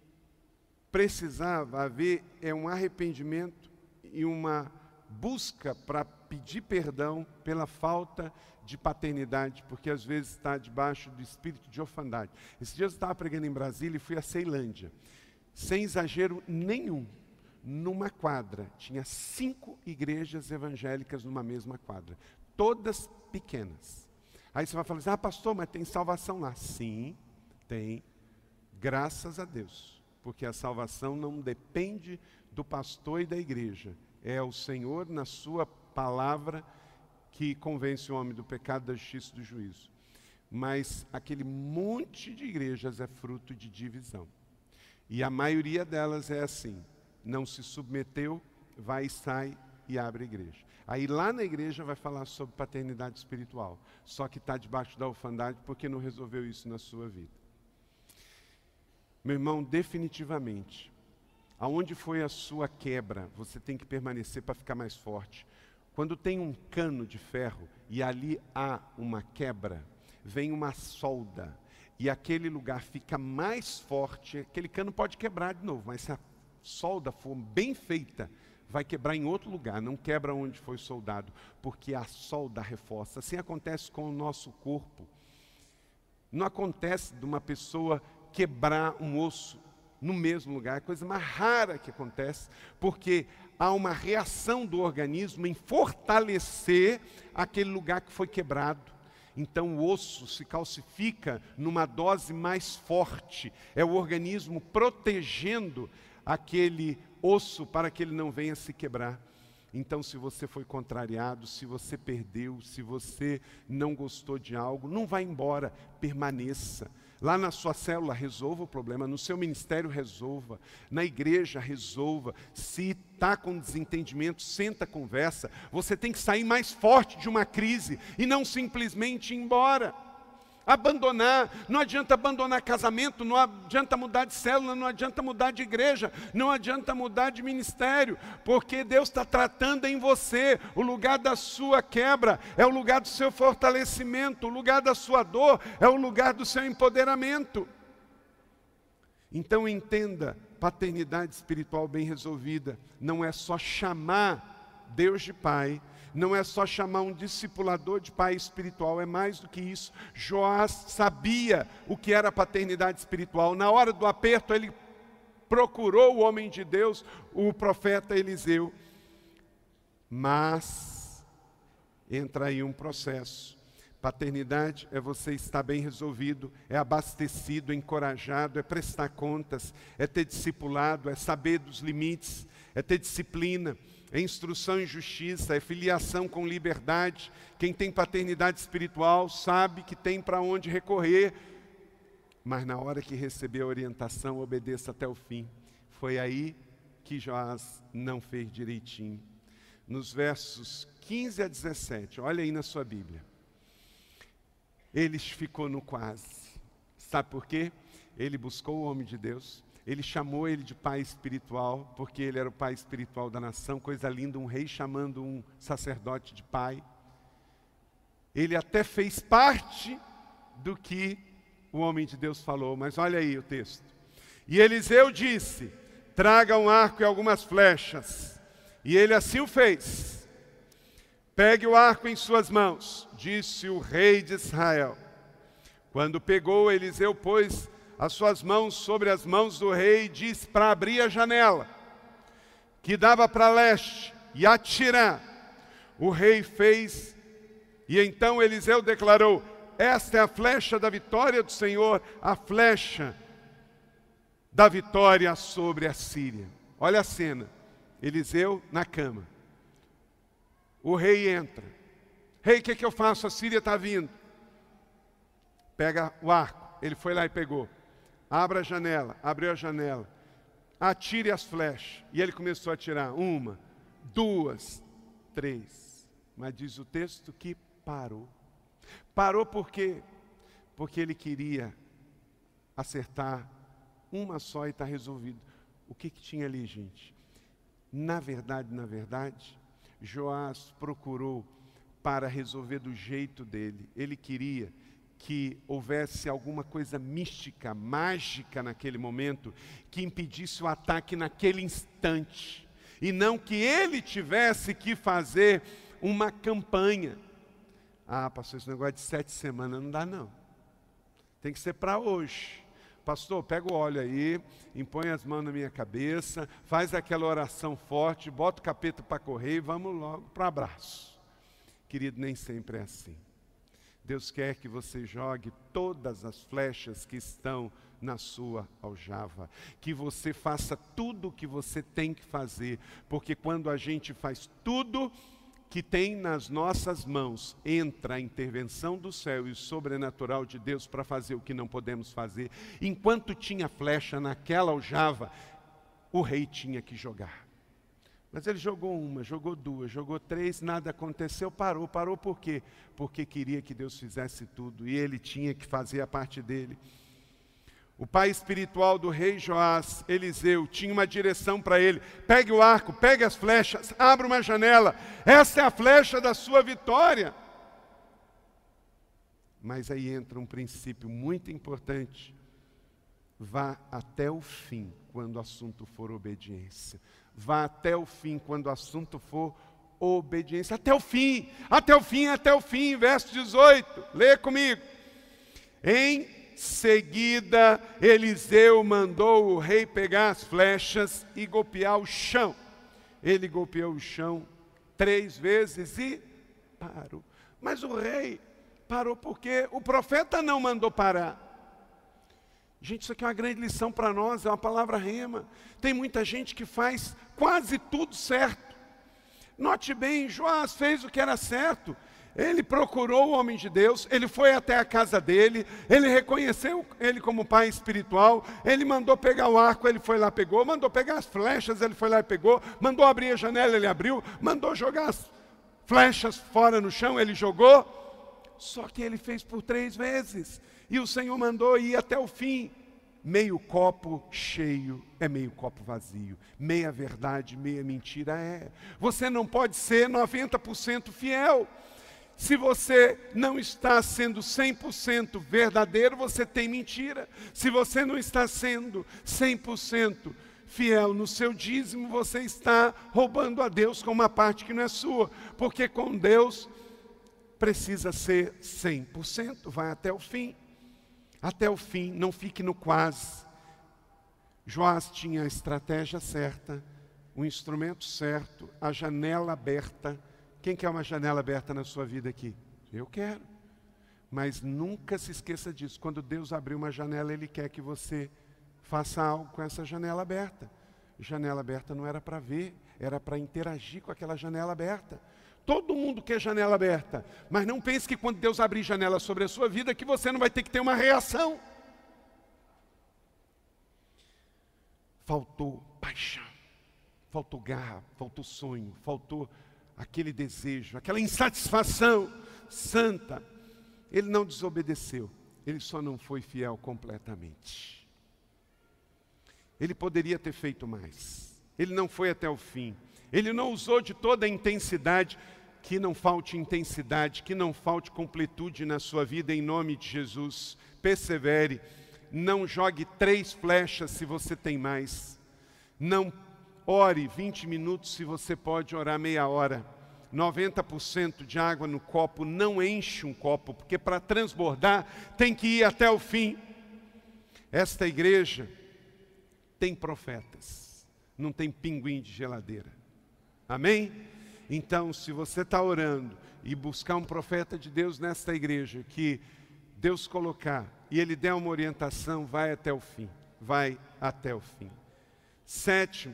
S1: precisava haver um arrependimento e uma busca para pedir perdão pela falta de paternidade, porque às vezes está debaixo do espírito de orfandade. Esses dias eu estava pregando em Brasília e fui a Ceilândia. Sem exagero nenhum, numa quadra, tinha 5 igrejas evangélicas numa mesma quadra. Todas pequenas. Aí você vai falar assim, pastor, mas tem salvação lá. Sim, tem, graças a Deus. Porque a salvação não depende do pastor e da igreja. É o Senhor, na sua palavra, que convence o homem do pecado, da justiça e do juízo. Mas aquele monte de igrejas é fruto de divisão. E a maioria delas é assim. Não se submeteu, vai e sai e abre a igreja. Aí lá na igreja vai falar sobre paternidade espiritual. Só que está debaixo da orfandade porque não resolveu isso na sua vida. Meu irmão, definitivamente, aonde foi a sua quebra, você tem que permanecer para ficar mais forte. Quando tem um cano de ferro e ali há uma quebra, vem uma solda e aquele lugar fica mais forte, aquele cano pode quebrar de novo, mas se a solda for bem feita, vai quebrar em outro lugar, não quebra onde foi soldado, porque a solda reforça. Assim acontece com o nosso corpo. Não acontece de uma pessoa quebrar um osso no mesmo lugar, é a coisa mais rara que acontece, porque há uma reação do organismo em fortalecer aquele lugar que foi quebrado. Então o osso se calcifica numa dose mais forte, é o organismo protegendo aquele osso para que ele não venha se quebrar. Então, se você foi contrariado, se você perdeu, se você não gostou de algo, não vá embora, permaneça. Lá na sua célula, resolva o problema. No seu ministério, resolva. Na igreja, resolva. Se está com desentendimento, senta, conversa. Você tem que sair mais forte de uma crise e não simplesmente ir embora. Abandonar, não adianta abandonar casamento, não adianta mudar de célula, não adianta mudar de igreja, não adianta mudar de ministério, porque Deus está tratando em você. O lugar da sua quebra é o lugar do seu fortalecimento, o lugar da sua dor é o lugar do seu empoderamento. Então entenda, paternidade espiritual bem resolvida não é só chamar Deus de Pai, não é só chamar um discipulador de pai espiritual, é mais do que isso. Joás sabia o que era paternidade espiritual. Na hora do aperto, ele procurou o homem de Deus, o profeta Eliseu. Mas entra aí um processo. Paternidade é você estar bem resolvido, é abastecido, encorajado, é prestar contas, é ter discipulado, é saber dos limites, é ter disciplina, é instrução em justiça, é filiação com liberdade. Quem tem paternidade espiritual sabe que tem para onde recorrer, mas na hora que receber a orientação, obedeça até o fim. Foi aí que Joás não fez direitinho. Nos versos 15 a 17, olha aí na sua Bíblia. Ele ficou no quase. Sabe por quê? Ele buscou o homem de Deus. Ele chamou ele de pai espiritual, porque ele era o pai espiritual da nação. Coisa linda, um rei chamando um sacerdote de pai. Ele até fez parte do que o homem de Deus falou, mas olha aí o texto. E Eliseu disse, traga um arco e algumas flechas. E ele assim o fez. Pegue o arco em suas mãos, disse o rei de Israel. Quando pegou, Eliseu pôs as suas mãos sobre as mãos do rei e disse para abrir a janela, que dava para leste, e atirar. O rei fez, e então Eliseu declarou, esta é a flecha da vitória do Senhor, a flecha da vitória sobre a Síria. Olha a cena, Eliseu na cama. O rei entra. Rei, o que eu faço? A Síria está vindo. Pega o arco. Ele foi lá e pegou. Abra a janela. Abriu a janela. Atire as flechas. E ele começou a atirar. 1, 2, 3. Mas diz o texto que parou. Parou por quê? Porque ele queria acertar uma só e está resolvido. O que tinha ali, gente? Na verdade, Joás procurou para resolver do jeito dele. Ele queria que houvesse alguma coisa mística, mágica naquele momento, que impedisse o ataque naquele instante. E não que ele tivesse que fazer uma campanha. Ah, pastor, esse negócio de 7 semanas não dá não. Tem que ser para hoje. Pastor, pega o óleo aí, impõe as mãos na minha cabeça, faz aquela oração forte, bota o capeta para correr e vamos logo para o abraço. Querido, nem sempre é assim. Deus quer que você jogue todas as flechas que estão na sua aljava, que você faça tudo o que você tem que fazer, porque quando a gente faz tudo que tem nas nossas mãos, entra a intervenção do céu e o sobrenatural de Deus para fazer o que não podemos fazer. Enquanto tinha flecha naquela aljava, o rei tinha que jogar. Mas ele jogou 1, jogou 2, jogou 3, nada aconteceu, parou. Parou por quê? Porque queria que Deus fizesse tudo e ele tinha que fazer a parte dele. O pai espiritual do rei Joás, Eliseu, tinha uma direção para ele. Pegue o arco, pegue as flechas, abra uma janela. Essa é a flecha da sua vitória. Mas aí entra um princípio muito importante. Vá até o fim quando o assunto for obediência. Vá até o fim quando o assunto for obediência. Até o fim, até o fim, até o fim. Verso 18, lê comigo. Em seguida, Eliseu mandou o rei pegar as flechas e golpear o chão. Ele golpeou o chão 3 vezes e parou. Mas o rei parou porque o profeta não mandou parar. Gente, isso aqui é uma grande lição para nós, é uma palavra rema. Tem muita gente que faz quase tudo certo. Note bem, Joás fez o que era certo. Ele procurou o homem de Deus, ele foi até a casa dele, ele reconheceu ele como pai espiritual, ele mandou pegar o arco, ele foi lá, pegou, mandou pegar as flechas, ele foi lá e pegou, mandou abrir a janela, ele abriu, mandou jogar as flechas fora no chão, ele jogou, só que ele fez por 3 vezes, e o Senhor mandou ir até o fim. Meio copo cheio é meio copo vazio, meia verdade, meia mentira é. Você não pode ser 90% fiel. Se você não está sendo 100% verdadeiro, você tem mentira. Se você não está sendo 100% fiel no seu dízimo, você está roubando a Deus com uma parte que não é sua. Porque com Deus precisa ser 100%, vai até o fim. Até o fim, não fique no quase. Joás tinha a estratégia certa, o instrumento certo, a janela aberta. Quem quer uma janela aberta na sua vida aqui? Eu quero. Mas nunca se esqueça disso. Quando Deus abrir uma janela, Ele quer que você faça algo com essa janela aberta. Janela aberta não era para ver, era para interagir com aquela janela aberta. Todo mundo quer janela aberta, mas não pense que quando Deus abrir janela sobre a sua vida, que você não vai ter que ter uma reação. Faltou paixão, faltou garra, faltou sonho, faltou aquele desejo, aquela insatisfação santa. Ele não desobedeceu, ele só não foi fiel completamente. Ele poderia ter feito mais, ele não foi até o fim, ele não usou de toda a intensidade. Que não falte intensidade, que não falte completude na sua vida, em nome de Jesus. Persevere, não jogue 3 flechas se você tem mais, não ore 20 minutos se você pode orar meia hora. 90% de água no copo não enche um copo, porque para transbordar tem que ir até o fim. Esta igreja tem profetas, não tem pinguim de geladeira. Amém? Então, se você está orando e buscar um profeta de Deus nesta igreja, que Deus colocar, e ele der uma orientação, vai até o fim. Vai até o fim. 7,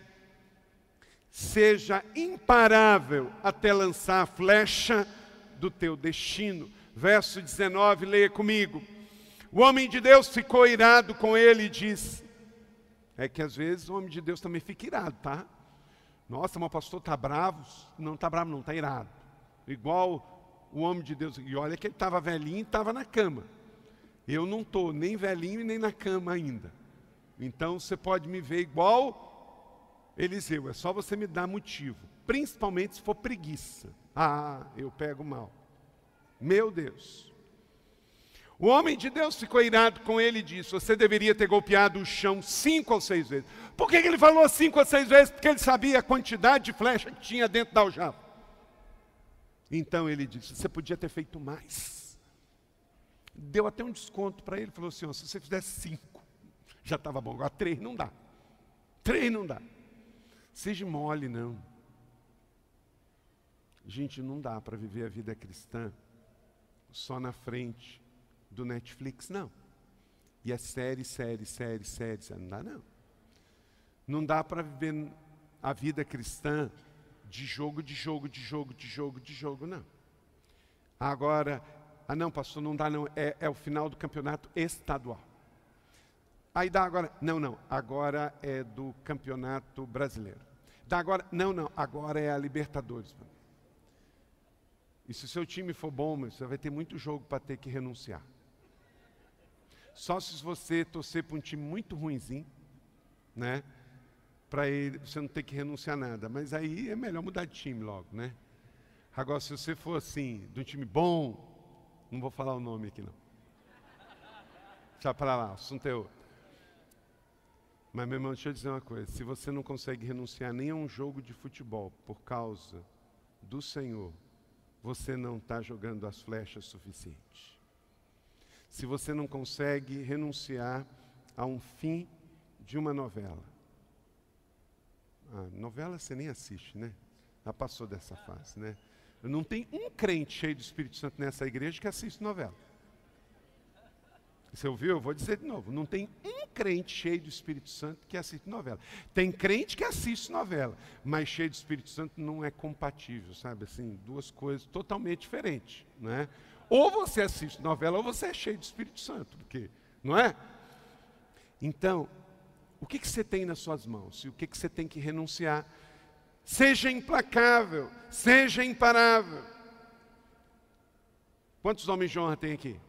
S1: seja imparável até lançar a flecha do teu destino. Verso 19, leia comigo. O homem de Deus ficou irado com ele e disse. É que às vezes o homem de Deus também fica irado, tá? Nossa, mas o pastor está bravo. Não está bravo não, está irado. Igual o homem de Deus. E olha que ele estava velhinho e estava na cama. Eu não estou nem velhinho e nem na cama ainda. Então você pode me ver igual Eliseu. É só você me dar motivo. Principalmente se for preguiça. Ah, eu pego mal. Meu Deus. O homem de Deus ficou irado com ele e disse, você deveria ter golpeado o chão 5 ou 6 vezes. Por que ele falou 5 ou 6 vezes? Porque ele sabia a quantidade de flecha que tinha dentro da aljava. Então ele disse, você podia ter feito mais. Deu até um desconto para ele, falou assim, ó, se você fizesse 5, já estava bom, agora 3 não dá. 3 não dá. Seja mole, não. Gente, não dá para viver a vida cristã só na frente do Netflix, não. E é série, não dá não. Não dá para viver a vida cristã de jogo, não. Agora, não, pastor, não dá não, é o final do campeonato estadual. Aí dá agora, não, agora é do campeonato brasileiro. Dá agora, não, agora é a Libertadores. E se o seu time for bom, você vai ter muito jogo para ter que renunciar. Só se você torcer para um time muito ruinzinho, né? Para você não ter que renunciar a nada. Mas aí é melhor mudar de time logo, né? Agora, se você for assim, de um time bom, não vou falar o nome aqui não. Deixa para lá, o assunto é outro. Mas, meu irmão, deixa eu dizer uma coisa. Se você não consegue renunciar nem a um jogo de futebol por causa do Senhor, você não está jogando as flechas suficientes. Se você não consegue renunciar a um fim de uma novela. Novela você nem assiste, né? Já passou dessa fase, né? Não tem um crente cheio do Espírito Santo nessa igreja que assiste novela. Você ouviu? Eu vou dizer de novo. Não tem um crente cheio do Espírito Santo que assiste novela. Tem crente que assiste novela, mas cheio do Espírito Santo não é compatível, sabe? Assim, duas coisas totalmente diferentes, não é? Ou você assiste novela ou você é cheio do Espírito Santo, porque, não é? Então, o que você tem nas suas mãos? E o que você tem que renunciar? Seja implacável, seja imparável. Quantos homens de honra tem aqui?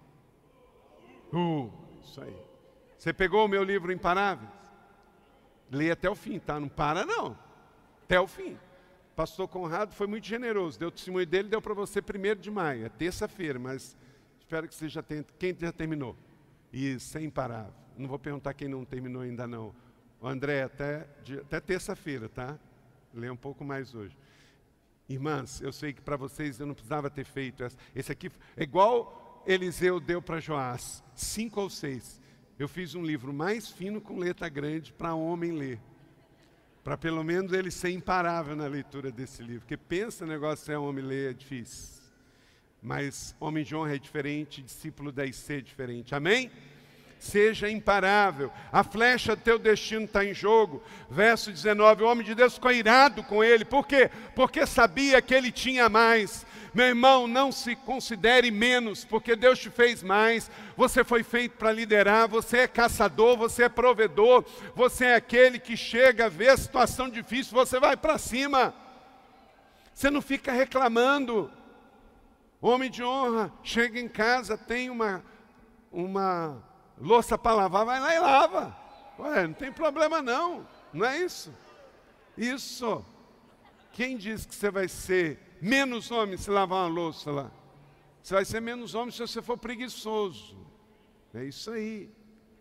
S1: Isso aí. Você pegou o meu livro Imparáveis? Lê até o fim, tá? Não para não. Até o fim. Pastor Conrado foi muito generoso. Deu o testemunho dele, deu para você 1º de maio. É terça-feira, mas espero que você já tenha. Quem já terminou? Isso, é imparável. Não vou perguntar quem não terminou ainda não. O André, até terça-feira, tá? Lê um pouco mais hoje. Irmãs, eu sei que para vocês eu não precisava ter feito essa. Esse aqui é igual Eliseu deu para Joás, 5 ou 6. Eu fiz um livro mais fino com letra grande para homem ler. Para pelo menos ele ser imparável na leitura desse livro. Porque pensa o negócio se é homem ler, é difícil. Mas homem de honra é diferente, discípulo da IC é diferente. Amém? Seja imparável. A flecha do teu destino está em jogo. Verso 19, o homem de Deus ficou irado com ele. Por quê? Porque sabia que ele tinha mais. Meu irmão, não se considere menos, porque Deus te fez mais. Você foi feito para liderar, você é caçador, você é provedor, você é aquele que chega a ver a situação difícil, você vai para cima. Você não fica reclamando. Homem de honra, chega em casa, tem uma louça para lavar, vai lá e lava. Ué, não tem problema não, não é isso? Isso. Quem diz que você vai ser menos homem se lavar uma louça lá? Você vai ser menos homem se você for preguiçoso. É isso aí.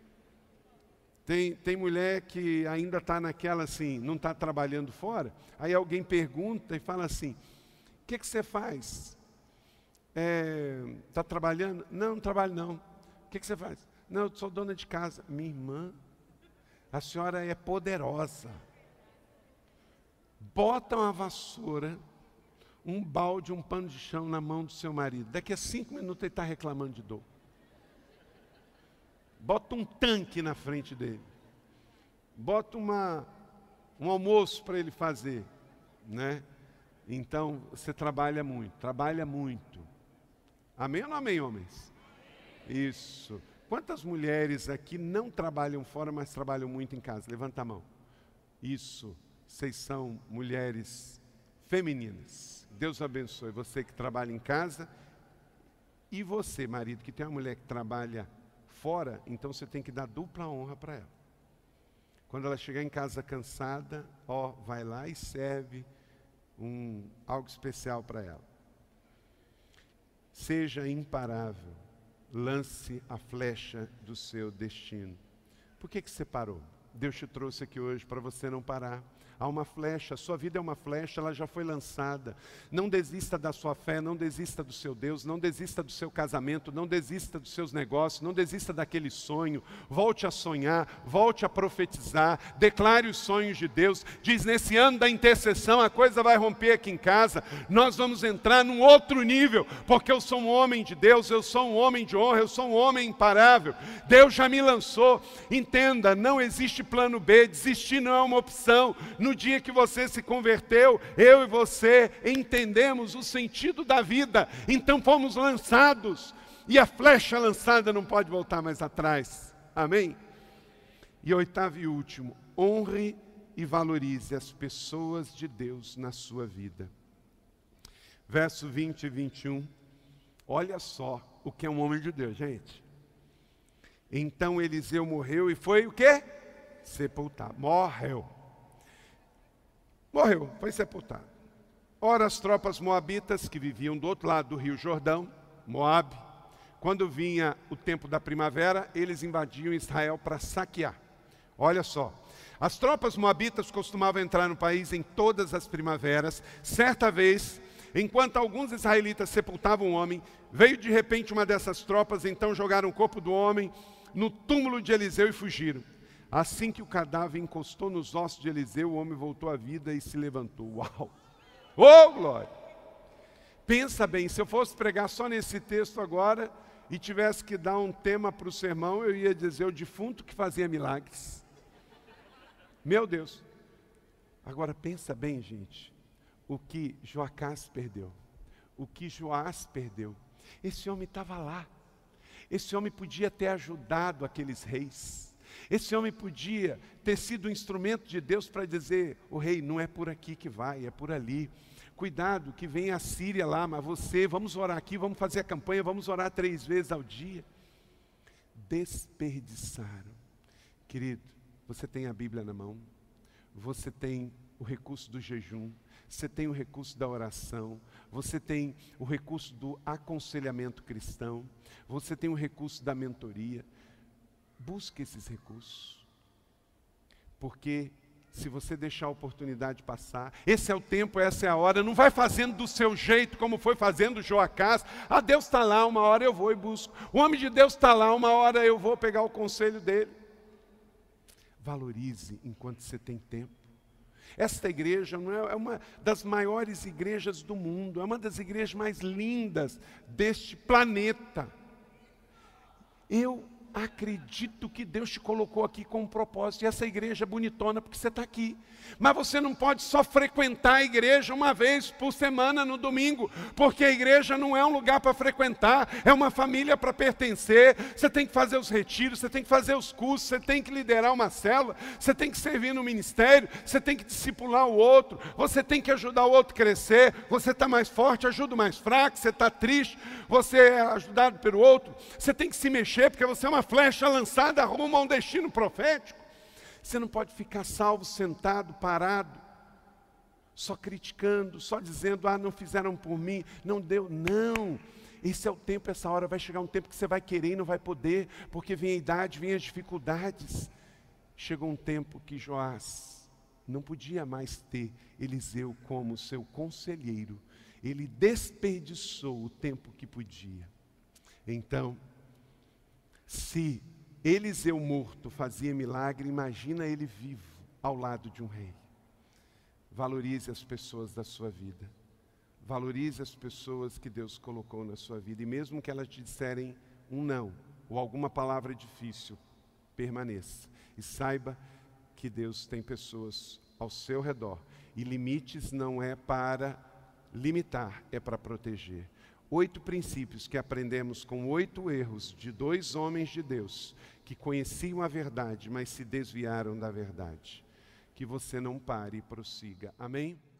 S1: Tem mulher que ainda está naquela assim, não está trabalhando fora. Aí alguém pergunta e fala assim, o que você faz? Está trabalhando? Não, não trabalho não. O que você faz? Não, eu sou dona de casa. Minha irmã, a senhora é poderosa. Bota uma vassoura, um balde, um pano de chão na mão do seu marido. Daqui a 5 minutos ele está reclamando de dor. Bota um tanque na frente dele. Bota um almoço para ele fazer, né? Então, você trabalha muito, trabalha muito. Amém ou não amém, homens? Isso. Quantas mulheres aqui não trabalham fora, mas trabalham muito em casa? Levanta a mão. Isso. Vocês são mulheres femininas. Deus abençoe você que trabalha em casa. E você, marido, que tem uma mulher que trabalha fora, então você tem que dar dupla honra para ela. Quando ela chegar em casa cansada, vai lá e serve algo especial para ela. Seja imparável. Lance a flecha do seu destino. Por que você parou? Deus te trouxe aqui hoje para você não parar. Há uma flecha, a sua vida é uma flecha, ela já foi lançada. Não desista da sua fé, não desista do seu Deus, não desista do seu casamento, não desista dos seus negócios, não desista daquele sonho. Volte a sonhar, volte a profetizar, declare os sonhos de Deus. Diz, nesse ano da intercessão, a coisa vai romper aqui em casa. Nós vamos entrar num outro nível, porque eu sou um homem de Deus, eu sou um homem de honra, eu sou um homem imparável. Deus já me lançou. Entenda, não existe plano B, desistir não é uma opção. No dia que você se converteu, eu e você entendemos o sentido da vida, então fomos lançados, e a flecha lançada não pode voltar mais atrás, amém? E 8º e último, honre e valorize as pessoas de Deus na sua vida. Verso 20 e 21, olha só o que é um homem de Deus, gente. Então Eliseu morreu e foi o quê? Sepultado, morreu, foi sepultado. Ora, as tropas moabitas que viviam do outro lado do rio Jordão, Moabe, quando vinha o tempo da primavera, eles invadiam Israel para saquear. Olha só, as tropas moabitas costumavam entrar no país em todas as primaveras. Certa vez, enquanto alguns israelitas sepultavam um homem, veio de repente uma dessas tropas, então jogaram o corpo do homem no túmulo de Eliseu e fugiram. Assim que o cadáver encostou nos ossos de Eliseu, o homem voltou à vida e se levantou. Uau! Oh, glória! Pensa bem, se eu fosse pregar só nesse texto agora, e tivesse que dar um tema para o sermão, eu ia dizer o defunto que fazia milagres. Meu Deus. Agora pensa bem, gente, o que Joacás perdeu, o que Joás perdeu. Esse homem estava lá, esse homem podia ter ajudado aqueles reis, esse homem podia ter sido um instrumento de Deus para dizer, o rei, não é por aqui que vai, é por ali. Cuidado que vem a Síria lá, mas vamos orar aqui, vamos fazer a campanha, vamos orar 3 vezes ao dia. Desperdiçaram. Querido, você tem a Bíblia na mão, você tem o recurso do jejum, você tem o recurso da oração, você tem o recurso do aconselhamento cristão, você tem o recurso da mentoria. Busque esses recursos, porque se você deixar a oportunidade passar, esse é o tempo, essa é a hora, não vai fazendo do seu jeito como foi fazendo Joacás. Deus está lá, uma hora eu vou e busco. O homem de Deus está lá, uma hora eu vou pegar o conselho dele. Valorize enquanto você tem tempo. Esta igreja é uma das maiores igrejas do mundo, é uma das igrejas mais lindas deste planeta. Eu acredito que Deus te colocou aqui com um propósito, e essa igreja é bonitona porque você está aqui. Mas você não pode só frequentar a igreja uma vez por semana no domingo, porque a igreja não é um lugar para frequentar, é uma família para pertencer. Você tem que fazer os retiros, você tem que fazer os cursos, você tem que liderar uma célula, você tem que servir no ministério, você tem que discipular o outro, você tem que ajudar o outro a crescer. Você está mais forte, ajuda o mais fraco, você está triste, você é ajudado pelo outro. Você tem que se mexer, porque você é uma flecha lançada rumo a um destino profético. Você não pode ficar salvo, sentado, parado, só criticando, só dizendo, não fizeram por mim, não deu. Não, esse é o tempo, essa hora. Vai chegar um tempo que você vai querer e não vai poder, porque vem a idade, vem as dificuldades. Chegou um tempo que Joás não podia mais ter Eliseu como seu conselheiro. Ele desperdiçou o tempo que podia. Então, se Eliseu morto fazia milagre, imagina ele vivo ao lado de um rei. Valorize as pessoas da sua vida. Valorize as pessoas que Deus colocou na sua vida. E mesmo que elas te disserem um não, ou alguma palavra difícil, permaneça. E saiba que Deus tem pessoas ao seu redor. E limites não é para limitar, é para proteger. 8 princípios que aprendemos com 8 erros de 2 homens de Deus que conheciam a verdade, mas se desviaram da verdade. Que você não pare e prossiga. Amém?